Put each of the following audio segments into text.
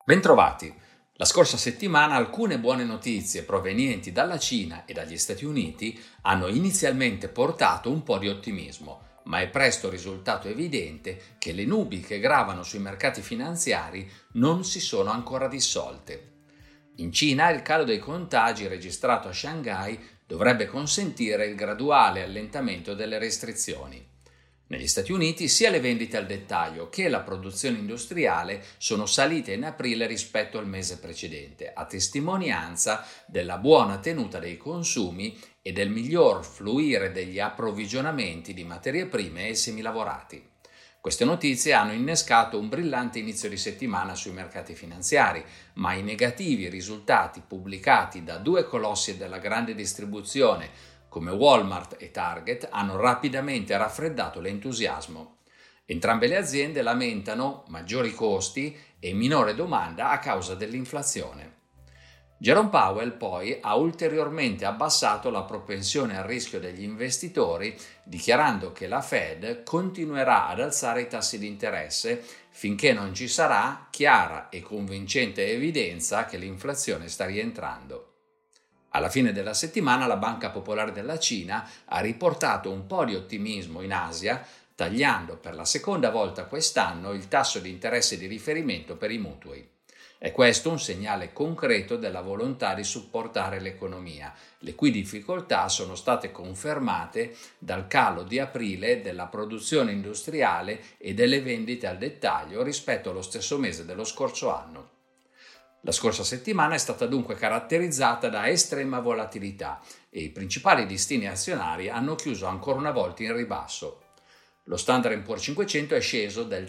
Bentrovati! La scorsa settimana alcune buone notizie provenienti dalla Cina e dagli Stati Uniti hanno inizialmente portato un po' di ottimismo, ma è presto risultato evidente che le nubi che gravano sui mercati finanziari non si sono ancora dissolte. In Cina il calo dei contagi registrato a Shanghai dovrebbe consentire il graduale allentamento delle restrizioni. Negli Stati Uniti sia le vendite al dettaglio che la produzione industriale sono salite in aprile rispetto al mese precedente, a testimonianza della buona tenuta dei consumi e del miglior fluire degli approvvigionamenti di materie prime e semilavorati. Queste notizie hanno innescato un brillante inizio di settimana sui mercati finanziari, ma i negativi risultati pubblicati da due colossi della grande distribuzione come Walmart e Target hanno rapidamente raffreddato l'entusiasmo. Entrambe le aziende lamentano maggiori costi e minore domanda a causa dell'inflazione. Jerome Powell poi ha ulteriormente abbassato la propensione al rischio degli investitori, dichiarando che la Fed continuerà ad alzare i tassi di interesse finché non ci sarà chiara e convincente evidenza che l'inflazione sta rientrando. Alla fine della settimana la Banca Popolare della Cina ha riportato un po' di ottimismo in Asia, tagliando per la seconda volta quest'anno il tasso di interesse di riferimento per i mutui. È questo un segnale concreto della volontà di supportare l'economia, le cui difficoltà sono state confermate dal calo di aprile della produzione industriale e delle vendite al dettaglio rispetto allo stesso mese dello scorso anno. La scorsa settimana è stata dunque caratterizzata da estrema volatilità e i principali listini azionari hanno chiuso ancora una volta in ribasso. Lo Standard & Poor's 500 è sceso del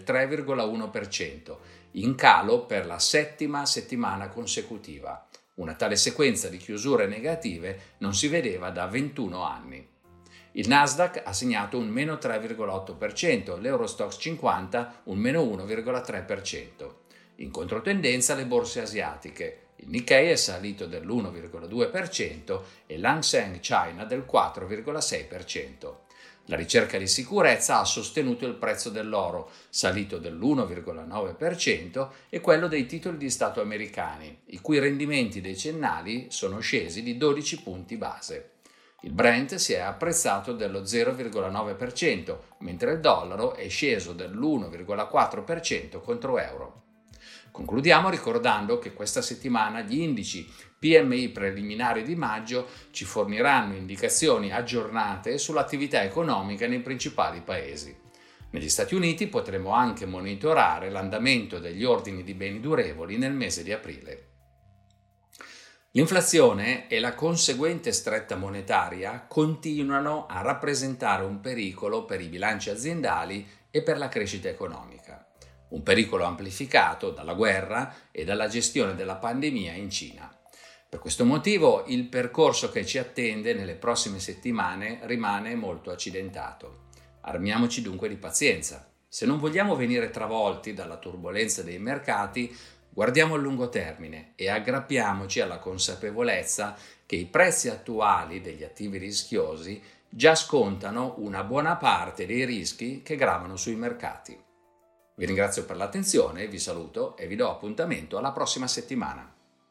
3,1%, in calo per la settima settimana consecutiva. Una tale sequenza di chiusure negative non si vedeva da 21 anni. Il Nasdaq ha segnato un meno 3,8%, l'Eurostoxx 50 un meno 1,3%. In controtendenza le borse asiatiche. Il Nikkei è salito dell'1,2% e l'Hang Seng China del 4,6%. La ricerca di sicurezza ha sostenuto il prezzo dell'oro, salito dell'1,9%, e quello dei titoli di Stato americani, i cui rendimenti decennali sono scesi di 12 punti base. Il Brent si è apprezzato dello 0,9%, mentre il dollaro è sceso dell'1,4% contro euro. Concludiamo ricordando che questa settimana gli indici PMI preliminari di maggio ci forniranno indicazioni aggiornate sull'attività economica nei principali paesi. Negli Stati Uniti potremo anche monitorare l'andamento degli ordini di beni durevoli nel mese di aprile. L'inflazione e la conseguente stretta monetaria continuano a rappresentare un pericolo per i bilanci aziendali e per la crescita economica. Un pericolo amplificato dalla guerra e dalla gestione della pandemia in Cina. Per questo motivo il percorso che ci attende nelle prossime settimane rimane molto accidentato. Armiamoci dunque di pazienza. Se non vogliamo venire travolti dalla turbolenza dei mercati, guardiamo a lungo termine e aggrappiamoci alla consapevolezza che i prezzi attuali degli attivi rischiosi già scontano una buona parte dei rischi che gravano sui mercati. Vi ringrazio per l'attenzione, vi saluto e vi do appuntamento alla prossima settimana.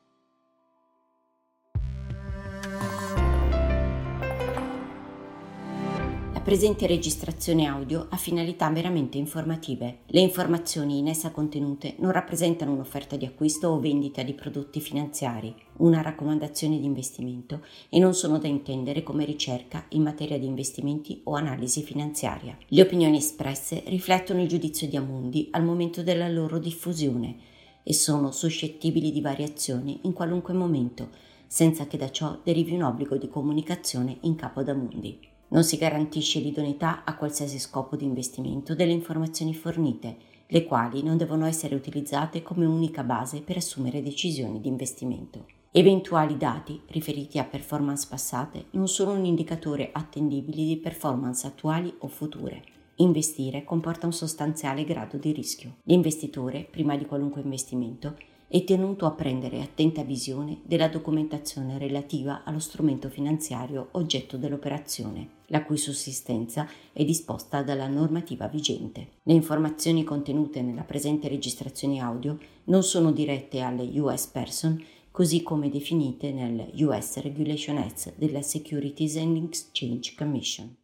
La presente registrazione audio ha finalità meramente informative. Le informazioni in essa contenute non rappresentano un'offerta di acquisto o vendita di prodotti finanziari, una raccomandazione di investimento e non sono da intendere come ricerca in materia di investimenti o analisi finanziaria. Le opinioni espresse riflettono il giudizio di Amundi al momento della loro diffusione e sono suscettibili di variazioni in qualunque momento, senza che da ciò derivi un obbligo di comunicazione in capo ad Amundi. Non si garantisce l'idoneità a qualsiasi scopo di investimento delle informazioni fornite, le quali non devono essere utilizzate come unica base per assumere decisioni di investimento. Eventuali dati riferiti a performance passate non sono un indicatore attendibile di performance attuali o future. Investire comporta un sostanziale grado di rischio. L'investitore, prima di qualunque investimento, è tenuto a prendere attenta visione della documentazione relativa allo strumento finanziario oggetto dell'operazione, la cui sussistenza è disposta dalla normativa vigente. Le informazioni contenute nella presente registrazione audio non sono dirette alle US person, così come definite nel US Regulation Act della Securities and Exchange Commission.